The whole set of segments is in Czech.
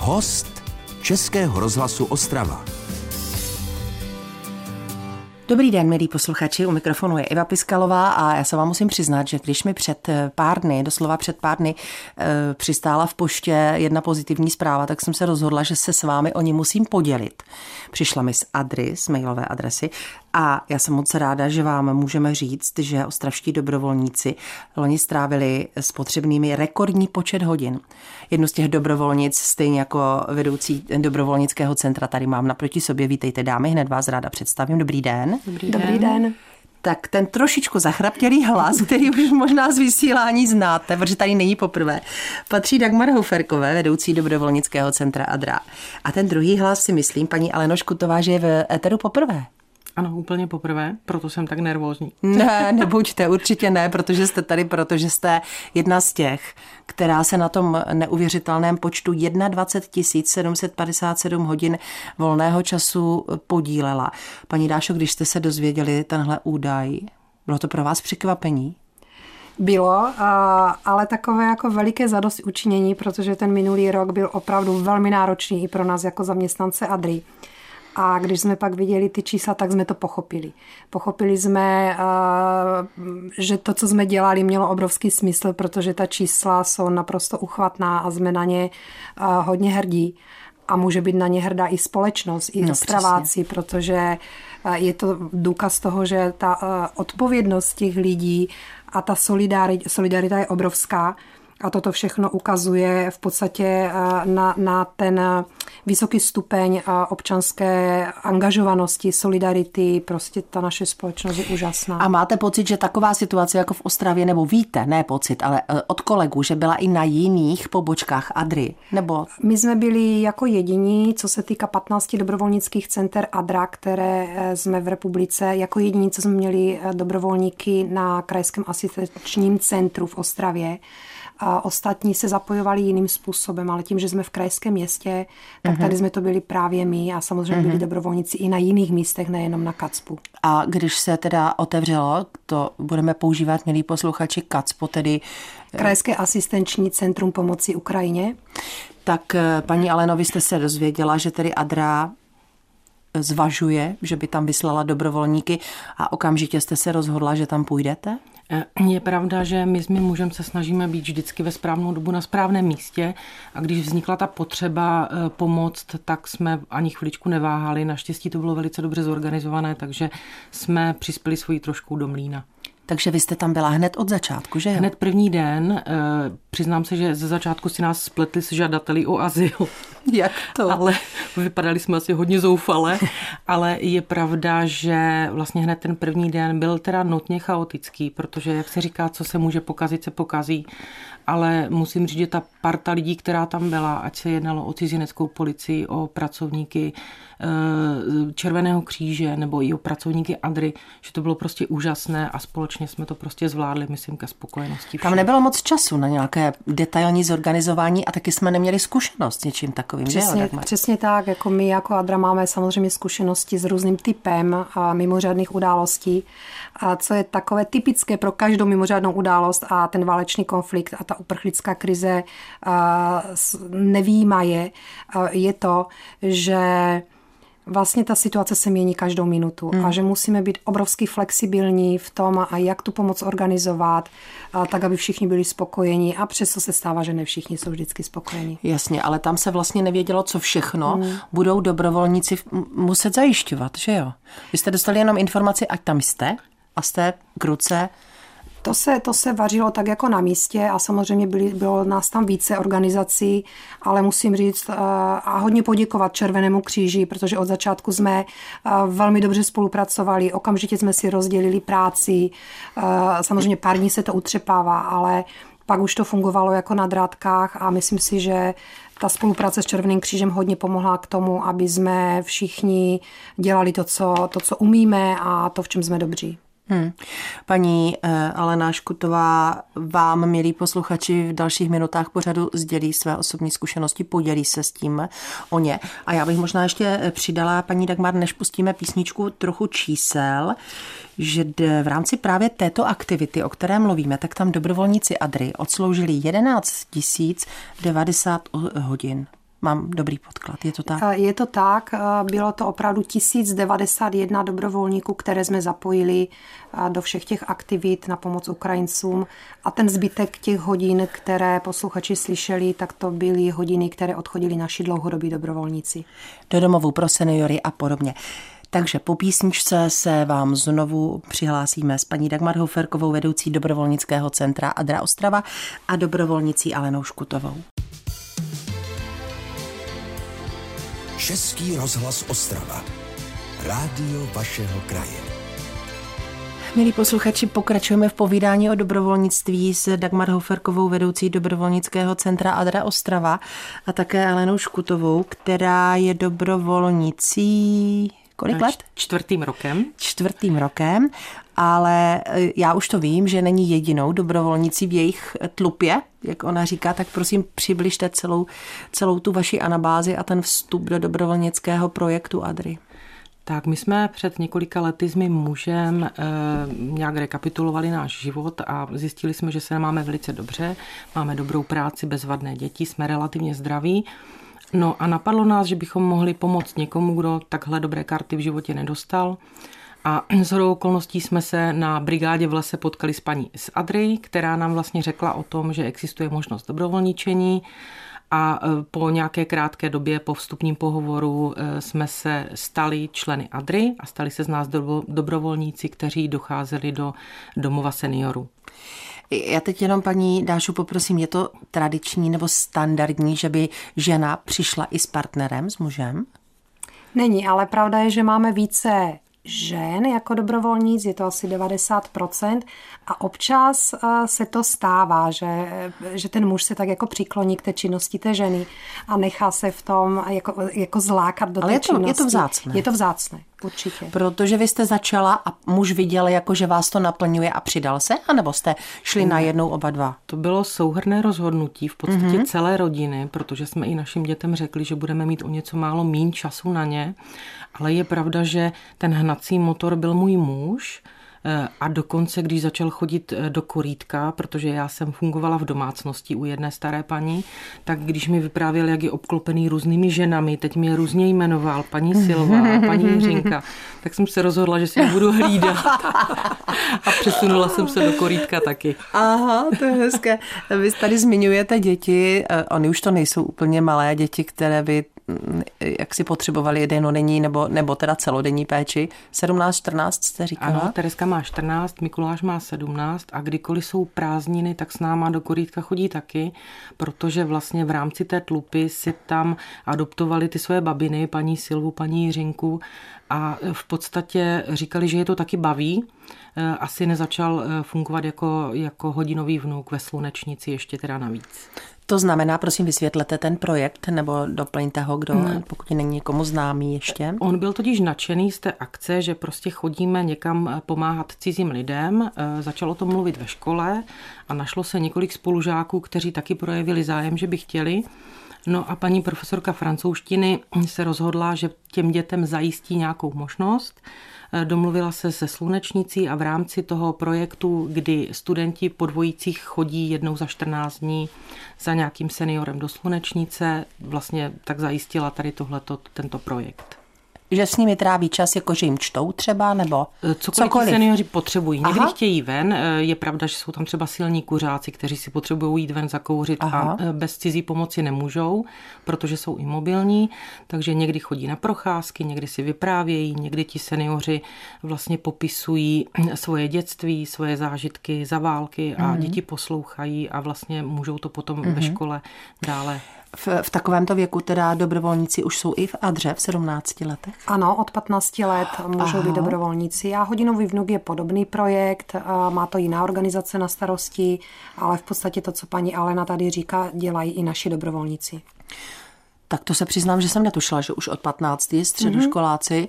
Host Českého rozhlasu Ostrava. Dobrý den, milí posluchači, u mikrofonu je Iva Piskalová a já se vám musím přiznat, že když mi doslova před pár dny přistála v poště jedna pozitivní zpráva, tak jsem se rozhodla, že se s vámi o ní musím podělit. Přišla mi z Adry, z mailové adresy a já jsem moc ráda, že vám můžeme říct, že ostravští dobrovolníci loni strávili s potřebnými rekordní počet hodin. Jednu z těch dobrovolnic, stejně jako vedoucí dobrovolnického centra, tady mám naproti sobě. Vítejte, dámy, hned vás ráda představím. Dobrý den. Dobrý den. Tak ten trošičku zachraptělý hlas, který už možná z vysílání znáte, protože tady není poprvé, patří Dagmar Hoferkové, vedoucí dobrovolnického centra Adra. A ten druhý hlas si myslím, paní Aleno Škutová, že je v éteru poprvé. Ano, úplně poprvé, proto jsem tak nervózní. Ne, nebuďte, určitě ne, protože jste tady, protože jste jedna z těch, která se na tom neuvěřitelném počtu 21 757 hodin volného času podílela. Paní Dášo, když jste se dozvěděli tenhle údaj, bylo to pro vás překvapení? Bylo, ale takové jako veliké zadostiučinění, protože ten minulý rok byl opravdu velmi náročný i pro nás jako zaměstnance Adry. A když jsme pak viděli ty čísla, tak jsme to pochopili. Pochopili jsme, že to, co jsme dělali, mělo obrovský smysl, protože ta čísla jsou naprosto uchvatná a jsme na ně hodně hrdí. A může být na ně hrdá i společnost, i Ostraváci, protože je to důkaz toho, že ta odpovědnost těch lidí a ta solidarita je obrovská. A toto všechno ukazuje v podstatě na ten vysoký stupeň občanské angažovanosti, solidarity. Prostě ta naše společnost je úžasná. A máte pocit, že taková situace jako v Ostravě, nebo víte, ne pocit, ale od kolegů, že byla i na jiných pobočkách Adry? Nebo... My jsme byli jako jediní, co se týká 15 dobrovolnických center Adra, které jsme v republice, jako jediní, co jsme měli dobrovolníky na krajském asistenčním centru v Ostravě. A ostatní se zapojovali jiným způsobem, ale tím, že jsme v krajském městě, tak tady jsme to byli právě my a samozřejmě byli dobrovolníci i na jiných místech, nejenom na KACPu. A když se teda otevřelo, to budeme používat, milí posluchači, KACPu, tedy Krajské asistenční centrum pomoci Ukrajině. Tak paní Aleno, vy jste se dozvěděla, že tedy Adra zvažuje, že by tam vyslala dobrovolníky a okamžitě jste se rozhodla, že tam půjdete? Je pravda, že my s mým mužem se snažíme být vždycky ve správnou dobu na správném místě a když vznikla ta potřeba pomoct, tak jsme ani chviličku neváhali. Naštěstí to bylo velice dobře zorganizované, takže jsme přispěli svojí troškou do mlýna. Takže vy jste tam byla hned od začátku, že jo? Hned první den. Přiznám se, že ze začátku si nás spletli s žadateli o azyl. Jak to? Ale vypadali jsme asi hodně zoufale. Ale je pravda, že vlastně hned ten první den byl teda notně chaotický, protože, jak se říká, co se může pokazit, se pokazí. Ale musím říct, že ta parta lidí, která tam byla, ať se jednalo o cizineckou policii, o pracovníky Červeného kříže nebo i o pracovníky Adry, že to bylo prostě úžasné a společně jsme to prostě zvládli, myslím, ke spokojenosti všem. Tam nebylo moc času na nějaké detailní zorganizování a taky jsme neměli zkušenost s něčím takovým. Přesně tak, jako my jako Adra máme samozřejmě zkušenosti s různým typem mimořádných událostí. A co je takové typické pro každou mimořádnou událost a ten válečný konflikt a ta uprchlická krize nevyjímá je to, že vlastně ta situace se mění každou minutu a že musíme být obrovsky flexibilní v tom, a jak tu pomoc organizovat, tak, aby všichni byli spokojeni a přesto se stává, že ne všichni jsou vždycky spokojeni. Jasně, ale tam se vlastně nevědělo, co všechno budou dobrovolníci muset zajišťovat, že jo? Vy jste dostali jenom informaci, ať tam jste a jste k ruce. To se vařilo tak jako na místě a samozřejmě bylo nás tam více organizací, ale musím říct a hodně poděkovat Červenému kříži, protože od začátku jsme velmi dobře spolupracovali, okamžitě jsme si rozdělili práci, samozřejmě pár dní se to utřepává, ale pak už to fungovalo jako na drátkách a myslím si, že ta spolupráce s Červeným křížem hodně pomohla k tomu, aby jsme všichni dělali to, co umíme a to, v čem jsme dobří. Paní Alena Škutová vám, milí posluchači, v dalších minutách pořadu sdělí své osobní zkušenosti, podělí se s tím o ně. A já bych možná ještě přidala, paní Dagmar, než pustíme písničku, trochu čísel, že v rámci právě této aktivity, o které mluvíme, tak tam dobrovolníci Adry odsloužili 11 090 hodin. mám dobrý podklad, je to tak? Je to tak, bylo to opravdu 1091 dobrovolníků, které jsme zapojili do všech těch aktivit na pomoc Ukrajincům a ten zbytek těch hodin, které posluchači slyšeli, tak to byly hodiny, které odchodili naši dlouhodobí dobrovolníci. Do domovů pro seniory a podobně. Takže po písničce se vám znovu přihlásíme s paní Dagmar Hoferkovou, vedoucí dobrovolnického centra Adra Ostrava a dobrovolnicí Alenou Škutovou. Český rozhlas Ostrava. Rádio vašeho kraje. Milí posluchači, pokračujeme v povídání o dobrovolnictví s Dagmar Hoferkovou, vedoucí dobrovolnického centra Adra Ostrava a také Alenou Škutovou, která je dobrovolnicí... Kolik let? 4. rokem. 4. rokem, ale já už to vím, že není jedinou dobrovolnicí v jejich tlupě, jak ona říká, tak prosím přibližte celou tu vaši anabázi a ten vstup do dobrovolnického projektu Adry. Tak my jsme před několika lety s mým mužem nějak rekapitulovali náš život a zjistili jsme, že se máme velice dobře, máme dobrou práci, bezvadné děti, jsme relativně zdraví. No a napadlo nás, že bychom mohli pomoct někomu, kdo takhle dobré karty v životě nedostal. A shodou okolností jsme se na brigádě v lese potkali s paní z Adry, která nám vlastně řekla o tom, že existuje možnost dobrovolničení. A po nějaké krátké době, po vstupním pohovoru, jsme se stali členy Adry a stali se z nás dobrovolníci, kteří docházeli do domova seniorů. Já teď jenom paní Dášu poprosím, je to tradiční nebo standardní, že by žena přišla i s partnerem, s mužem? Není, ale pravda je, že máme více žen jako dobrovolníc, je to asi 90% a občas se to stává, že ten muž se tak jako přikloní k té činnosti té ženy a nechá se v tom jako zlákat do té činnosti. Je to vzácné. Je to vzácné, určitě. Protože vy jste začala a muž viděl, jako že vás to naplňuje a přidal se, anebo jste šli najednou oba dva? To bylo souhrnné rozhodnutí v podstatě celé rodiny, protože jsme i našim dětem řekli, že budeme mít o něco málo míň času na ně, ale je pravda, že ten hnací motor byl můj muž a dokonce, když začal chodit do korítka, protože já jsem fungovala v domácnosti u jedné staré paní, tak když mi vyprávěl, jak je obklopený různými ženami, teď mě různě jmenoval, paní Silva, paní Jiřinka, tak jsem se rozhodla, že si ji budu hlídat a přesunula jsem se do korítka taky. Aha, to je hezké. Vy tady zmiňujete děti, oni už to nejsou úplně malé děti, které by jak si potřebovali dennodenní nebo teda celodenní péči. 17, 14 jste říkala? Ano, Tereska má 14, Mikuláš má 17 a kdykoliv jsou prázdniny, tak s náma do korítka chodí taky, protože vlastně v rámci té tlupy si tam adoptovali ty svoje babiny, paní Silvu, paní Jiřinku a v podstatě říkali, že je to taky baví. Asi nezačal fungovat jako hodinový vnuk ve Slunečnici ještě teda navíc. To znamená, prosím, vysvětlete ten projekt nebo doplňte ho, pokud není někomu známý ještě. On byl totiž nadšený z té akce, že prostě chodíme někam pomáhat cizím lidem. Začalo to mluvit ve škole a našlo se několik spolužáků, kteří taky projevili zájem, že by chtěli. No a paní profesorka francouzštiny se rozhodla, že těm dětem zajistí nějakou možnost. Domluvila se se Slunečnicí a v rámci toho projektu, kdy studenti po dvojicích chodí jednou za 14 dní za nějakým seniorem do Slunečnice, vlastně tak zajistila tady tento projekt. Že s nimi tráví čas, jako že jim čtou třeba, nebo cokoliv seniori potřebují. Někdy chtějí ven, je pravda, že jsou tam třeba silní kuřáci, kteří si potřebují jít ven zakouřit a bez cizí pomoci nemůžou, protože jsou imobilní, takže někdy chodí na procházky, někdy si vyprávějí, někdy ti seniori vlastně popisují svoje dětství, svoje zážitky za války a děti poslouchají a vlastně můžou to potom ve škole dále. V takovémto věku teda dobrovolníci už jsou i v Adře v 17 letech? Ano, od 15 let můžou být dobrovolníci. A hodinový vnuk je podobný projekt, má to jiná organizace na starosti, ale v podstatě to, co paní Alena tady říká, dělají i naši dobrovolníci. Tak to se přiznám, že jsem netušila, že už od 15 středoškoláci.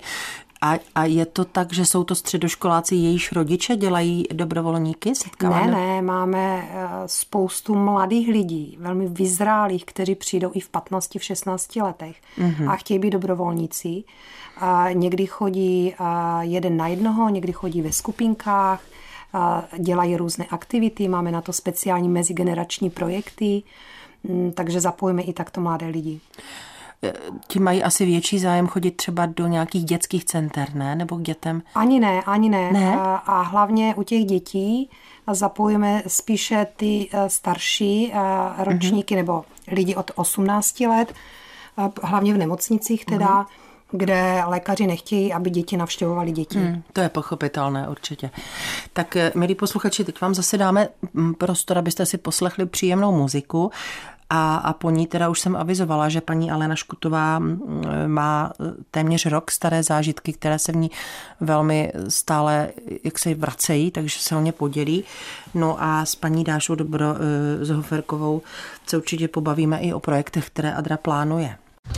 A je to tak, že jsou to středoškoláci, jejichž rodiče dělají dobrovolníky? Ne, máme spoustu mladých lidí, velmi vyzrálých, kteří přijdou i v 15, v 16 letech a chtějí být dobrovolníci. Někdy chodí jeden na jednoho, někdy chodí ve skupinkách, dělají různé aktivity, máme na to speciální mezigenerační projekty, takže zapojíme i takto mladé lidi. ti mají asi větší zájem chodit třeba do nějakých dětských center, ne? Nebo k dětem? Ani ne. Ne? A hlavně u těch dětí zapojíme spíše ty starší ročníky nebo lidi od 18 let, hlavně v nemocnicích teda, kde lékaři nechtějí, aby děti navštěvovali děti. To je pochopitelné určitě. Tak, milí posluchači, teď vám zase dáme prostor, abyste si poslechli příjemnou muziku a po ní teda už jsem avizovala, že paní Alena Škutová má téměř rok staré zážitky, které se v ní velmi stále jak se vracejí, takže se o ně podělí. No a s paní Dášou Zohoferkovou se určitě pobavíme i o projektech, které Adra plánuje.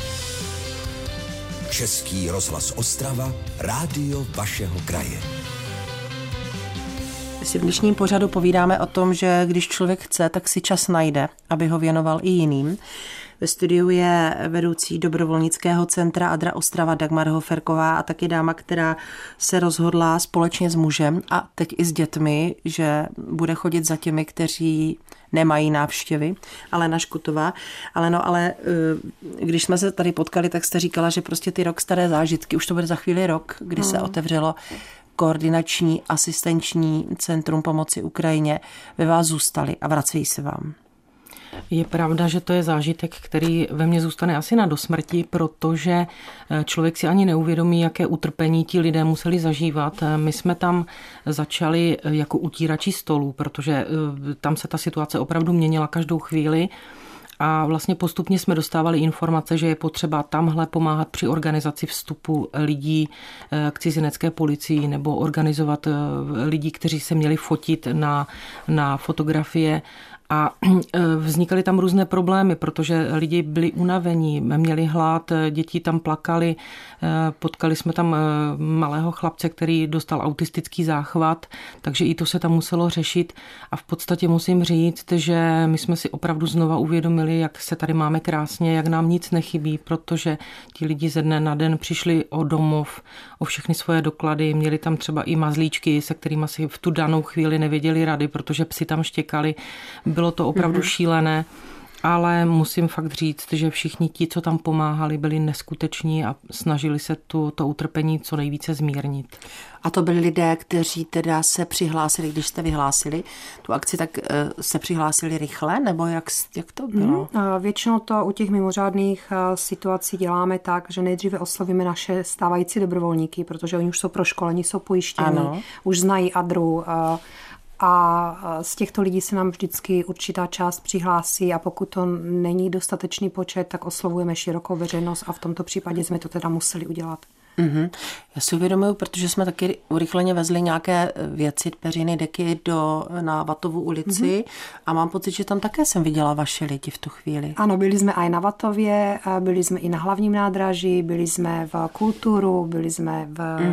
Český rozhlas Ostrava, rádio vašeho kraje. Si v dnešním pořadu povídáme o tom, že když člověk chce, tak si čas najde, aby ho věnoval i jiným. Ve studiu je vedoucí dobrovolnického centra Adra Ostrava Dagmar Hoferková a taky dáma, která se rozhodla společně s mužem a teď i s dětmi, že bude chodit za těmi, kteří nemají návštěvy. Alena Škutová. Ale když jsme se tady potkali, tak jste říkala, že prostě ty rok staré zážitky, už to bude za chvíli rok, kdy se otevřelo koordinační asistenční centrum pomoci Ukrajině, ve vás zůstaly a vracejí se vám. Je pravda, že to je zážitek, který ve mně zůstane asi na dosmrti, protože člověk si ani neuvědomí, jaké utrpení ti lidé museli zažívat. My jsme tam začali jako utírači stolů, protože tam se ta situace opravdu měnila každou chvíli. A vlastně postupně jsme dostávali informace, že je potřeba tamhle pomáhat při organizaci vstupu lidí k cizinecké policii nebo organizovat lidi, kteří se měli fotit na fotografie. A vznikaly tam různé problémy, protože lidi byli unavení, měli hlad, děti tam plakali, potkali jsme tam malého chlapce, který dostal autistický záchvat, takže i to se tam muselo řešit a v podstatě musím říct, že my jsme si opravdu znova uvědomili, jak se tady máme krásně, jak nám nic nechybí, protože ti lidi ze dne na den přišli o domov, o všechny svoje doklady, měli tam třeba i mazlíčky, se kterými si v tu danou chvíli nevěděli rady, protože psi tam štěkali. Bylo to opravdu šílené, ale musím fakt říct, že všichni ti, co tam pomáhali, byli neskuteční a snažili se to utrpení co nejvíce zmírnit. A to byli lidé, kteří teda se přihlásili, když jste vyhlásili tu akci, tak se přihlásili rychle, nebo jak to bylo? Většinou to u těch mimořádných situací děláme tak, že nejdříve oslovíme naše stávající dobrovolníky, protože oni už jsou proškolení, jsou pojištění, už znají Adru, a z těchto lidí se nám vždycky určitá část přihlásí a pokud to není dostatečný počet, tak oslovujeme širokou veřejnost a v tomto případě jsme to teda museli udělat. Já si uvědomuji, protože jsme taky urychleně vezli nějaké věci, peřiny, deky na Vatovu ulici a mám pocit, že tam také jsem viděla vaše lidi v tu chvíli. Ano, byli jsme i na Vatově, byli jsme i na hlavním nádraží, byli jsme v Kulturu, byli jsme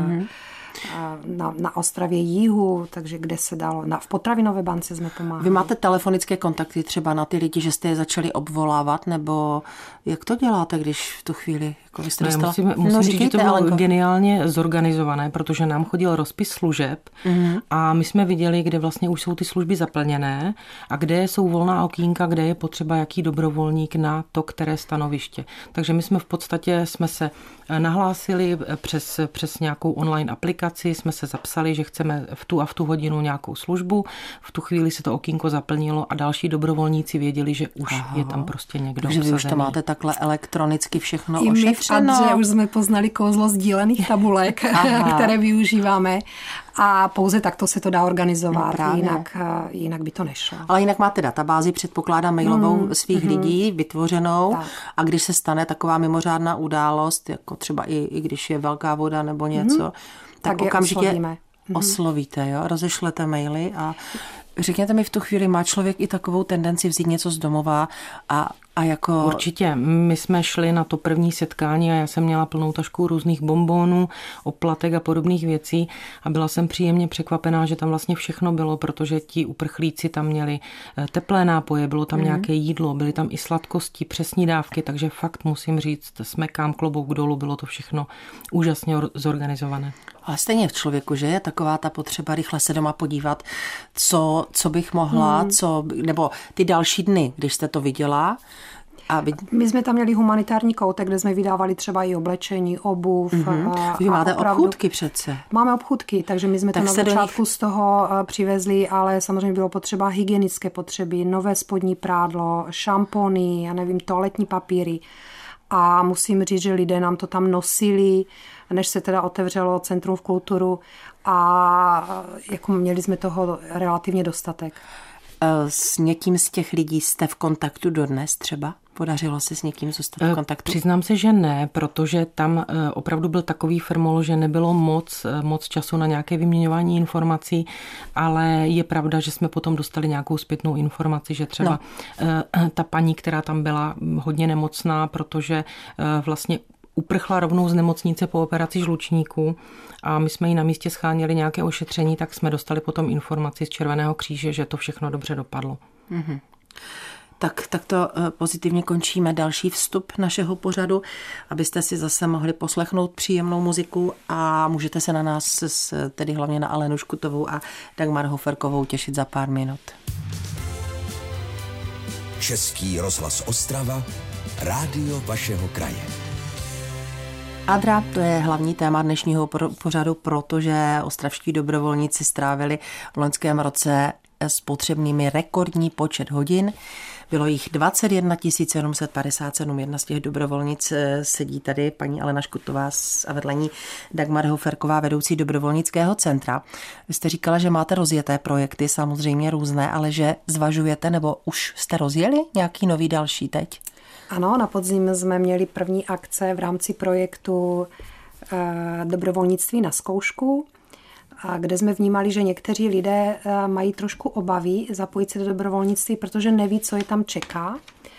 na Ostravě Jihu, takže kde se dalo, v Potravinové bance jsme pomáhali. Vy máte telefonické kontakty třeba na ty lidi, že jste je začali obvolávat, nebo jak to děláte, když v tu chvíli jako vy jste dostala? Musím říct, že to bylo geniálně zorganizované, protože nám chodil rozpis služeb a my jsme viděli, kde vlastně už jsou ty služby zaplněné a kde jsou volná okýnka, kde je potřeba jaký dobrovolník na to, které stanoviště. Takže my jsme v podstatě se nahlásili přes nějakou online aplikaci, jsme se zapsali, že chceme v tu hodinu nějakou službu, v tu chvíli se to okýnko zaplnilo a další dobrovolníci věděli, že už je tam prostě někdo takže obsazený. Vy už to máte takhle elektronicky všechno ošetřeno. Adře už jsme poznali kouzlo sdílených tabulek, které využíváme a pouze takto se to dá organizovat, jinak by to nešlo. Ale jinak máte databázi, předpokládám mailovou svých lidí vytvořenou tak. A když se stane taková mimořádná událost, jako třeba i když je velká voda nebo něco, tak okamžitě oslovíte, jo? Rozešlete maily a řekněte mi v tu chvíli, má člověk i takovou tendenci vzít něco z domova a jako... Určitě. My jsme šli na to první setkání a já jsem měla plnou tašku různých bonbónů, oplatek a podobných věcí a byla jsem příjemně překvapená, že tam vlastně všechno bylo, protože ti uprchlíci tam měli teplé nápoje, bylo tam nějaké jídlo, byly tam i sladkosti, přesní dávky, takže fakt musím říct, smekám klobouk dolů, bylo to všechno úžasně zorganizované. Ale stejně v člověku, že je taková ta potřeba rychle se doma podívat, co bych mohla, nebo ty další dny, když jste to viděla, My jsme tam měli humanitární koutek, kde jsme vydávali třeba i oblečení, obuv. Vy máte obchůdky přece. Máme obchůdky, takže my jsme to na začátku z toho přivezli, ale samozřejmě bylo potřeba hygienické potřeby, nové spodní prádlo, šampony, já nevím, toaletní papíry. A musím říct, že lidé nám to tam nosili, než se teda otevřelo Centrum v kulturu a jako měli jsme toho relativně dostatek. S někým z těch lidí jste v kontaktu dodnes třeba? Podařilo se s někým zůstat v kontaktu? Přiznám se, že ne, protože tam opravdu byl takový firmol, že nebylo moc času na nějaké vyměňování informací, ale je pravda, že jsme potom dostali nějakou zpětnou informaci, že třeba ta paní, která tam byla hodně nemocná, protože vlastně uprchla rovnou z nemocnice po operaci žlučníku a my jsme jí na místě scháněli nějaké ošetření, tak jsme dostali potom informaci z Červeného kříže, že to všechno dobře dopadlo. Mm-hmm. Tak to pozitivně končíme další vstup našeho pořadu, abyste si zase mohli poslechnout příjemnou muziku a můžete se na nás, tedy hlavně na Alenu Škutovou a Dagmar Hoferkovou těšit za pár minut. Český rozhlas Ostrava, rádio vašeho kraje. Adra, to je hlavní téma dnešního pořadu, protože ostravští dobrovolníci strávili v loňském roce s potřebnými rekordní počet hodin. Bylo jich 21 757. Jedna z těch dobrovolnic sedí tady paní Alena Škutová a vedle ní Dagmar Hoferková, vedoucí dobrovolnického centra. Vy jste říkala, že máte rozjeté projekty, samozřejmě různé, ale že zvažujete, nebo už jste rozjeli nějaký nový další teď? Ano, na podzim jsme měli první akce v rámci projektu dobrovolnictví na zkoušku, kde jsme vnímali, že někteří lidé mají trošku obavy zapojit se do dobrovolnictví, protože neví, co je tam čeká.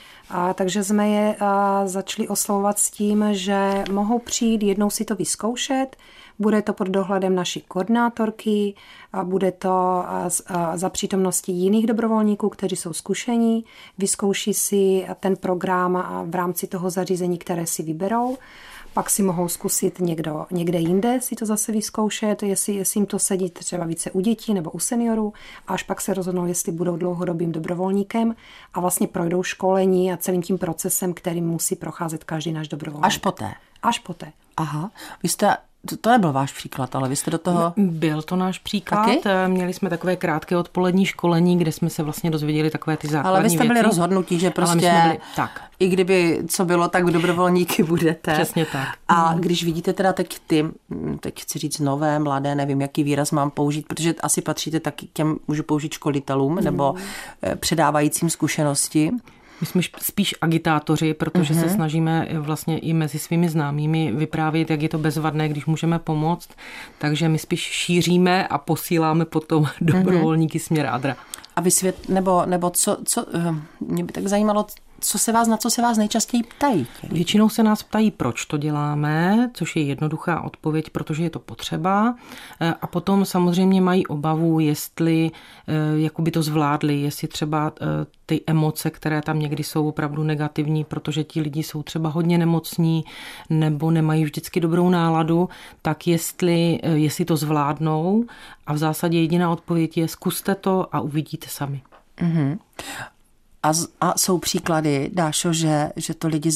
Takže jsme je začali oslovovat s tím, že mohou přijít jednou si to vyzkoušet, bude to pod dohledem naší koordinátorky, bude to za přítomnosti jiných dobrovolníků, kteří jsou zkušení, vyzkouší si ten program v rámci toho zařízení, které si vyberou. Pak si mohou zkusit někde jinde si to zase vyzkoušet, jestli jim to sedí třeba více u dětí nebo u seniorů, a až pak se rozhodnou, jestli budou dlouhodobým dobrovolníkem a vlastně projdou školení a celým tím procesem, kterým musí procházet každý náš dobrovolník. Až poté. Aha, vy jste... To nebyl váš příklad, ale vy jste do toho... Byl to náš příklad. Taky? Měli jsme takové krátké odpolední školení, kde jsme se vlastně dozvěděli takové ty základní věci. Ale vy jste byli rozhodnutí, že prostě i kdyby co bylo, tak dobrovolníky budete. Přesně tak. A když vidíte teda teď chci říct nové, mladé, nevím, jaký výraz mám použít, protože asi patříte taky k těm, můžu použít školitelům nebo předávajícím zkušenosti. My jsme spíš agitátoři, protože se snažíme vlastně i mezi svými známými vyprávět, jak je to bezvadné, když můžeme pomoct. Takže my spíš šíříme a posíláme potom dobrovolníky směr Adra. A nebo co mě by tak zajímalo, na co se vás nejčastěji ptají? Většinou se nás ptají, proč to děláme, což je jednoduchá odpověď, protože je to potřeba. A potom samozřejmě mají obavu, jestli jakoby to zvládli, jestli třeba ty emoce, které tam někdy jsou opravdu negativní, protože ti lidi jsou třeba hodně nemocní nebo nemají vždycky dobrou náladu, tak jestli to zvládnou. A v zásadě jediná odpověď je, zkuste to a uvidíte sami. Mm-hmm. A jsou příklady, Dášo, že to lidi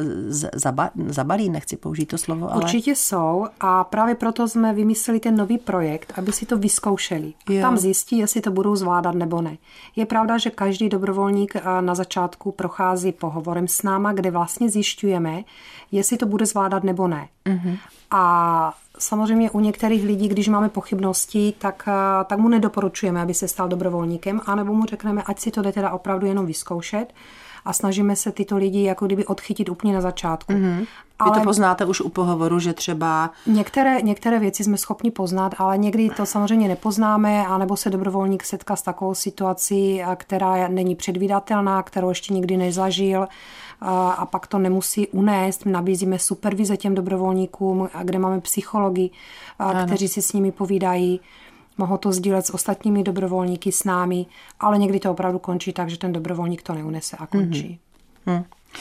zabalí, nechci použít to slovo, ale... Určitě jsou a právě proto jsme vymysleli ten nový projekt, aby si to vyzkoušeli. A tam zjistí, jestli to budou zvládat nebo ne. Je pravda, že každý dobrovolník na začátku prochází pohovorem s náma, kde vlastně zjišťujeme, jestli to bude zvládat nebo ne. Mm-hmm. A samozřejmě u některých lidí, když máme pochybnosti, tak mu nedoporučujeme, aby se stal dobrovolníkem, anebo mu řekneme, ať si to jde teda opravdu jenom vyzkoušet a snažíme se tyto lidi jako kdyby odchytit úplně na začátku. Mm-hmm. Vy to poznáte už u pohovoru, že třeba... Některé věci jsme schopni poznat, ale někdy to samozřejmě nepoznáme, anebo se dobrovolník setká s takovou situací, která není předvídatelná, kterou ještě nikdy nezažil, a pak to nemusí unést. Nabízíme supervize těm dobrovolníkům, kde máme psychologi, kteří si s nimi povídají. Mohou to sdílet s ostatními dobrovolníky, s námi, ale někdy to opravdu končí tak, že ten dobrovolník to neunese a končí. Mm-hmm.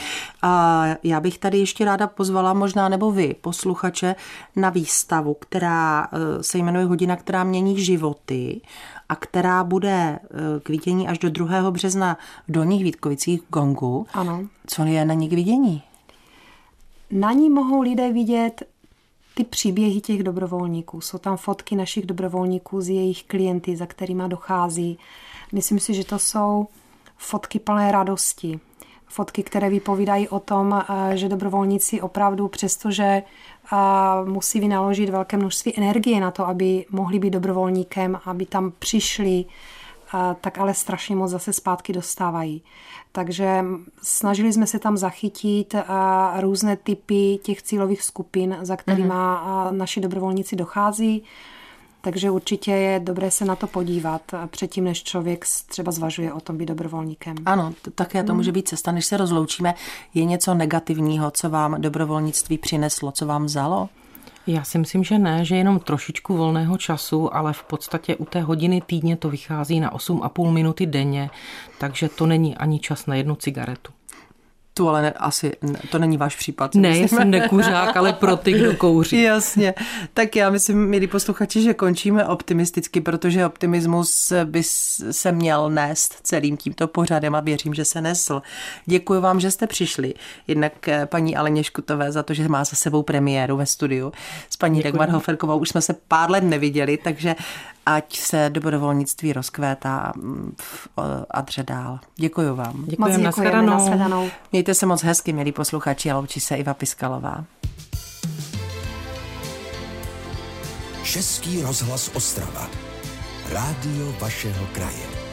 A já bych tady ještě ráda pozvala možná, nebo vy, posluchače, na výstavu, která se jmenuje Hodina, která mění životy a která bude k vidění až do 2. března v Dolních Vítkovicích v Gongu. Ano. Co je na ní k vidění? Na ní mohou lidé vidět ty příběhy těch dobrovolníků. Jsou tam fotky našich dobrovolníků z jejich klienty, za kterýma dochází. Myslím si, že to jsou fotky plné radosti. Fotky, které vypovídají o tom, že dobrovolníci opravdu, přestože musí vynaložit velké množství energie na to, aby mohli být dobrovolníkem, aby tam přišli, tak ale strašně moc zase zpátky dostávají. Takže snažili jsme se tam zachytit různé typy těch cílových skupin, za kterýma naši dobrovolníci dochází. Takže určitě je dobré se na to podívat předtím, než člověk třeba zvažuje o tom být dobrovolníkem. Ano, také to může být cesta, než se rozloučíme. Je něco negativního, co vám dobrovolnictví přineslo, co vám vzalo? Já si myslím, že ne, že jenom trošičku volného času, ale v podstatě u té hodiny týdně to vychází na 8,5 minuty denně, takže to není ani čas na jednu cigaretu. Tu ale asi to není váš případ. Ne, jsem nekuřák, ale pro ty, kdo kouří. Jasně. Tak já myslím, milí posluchači, že končíme optimisticky, protože optimismus by se měl nést celým tímto pořadem a věřím, že se nesl. Děkuji vám, že jste přišli. Jednak paní Aleně Škutové za to, že má za sebou premiéru ve studiu. S paní Dagmar Hoferkovou už jsme se pár let neviděli, takže ať se dobrovolnictví rozkvétá a dře dál. Děkuji vám. Děkujeme, nashledanou. Mějte se moc hezky, milí posluchači, a loučí se Iva Piskalová. Český rozhlas Ostrava. Rádio vašeho kraje.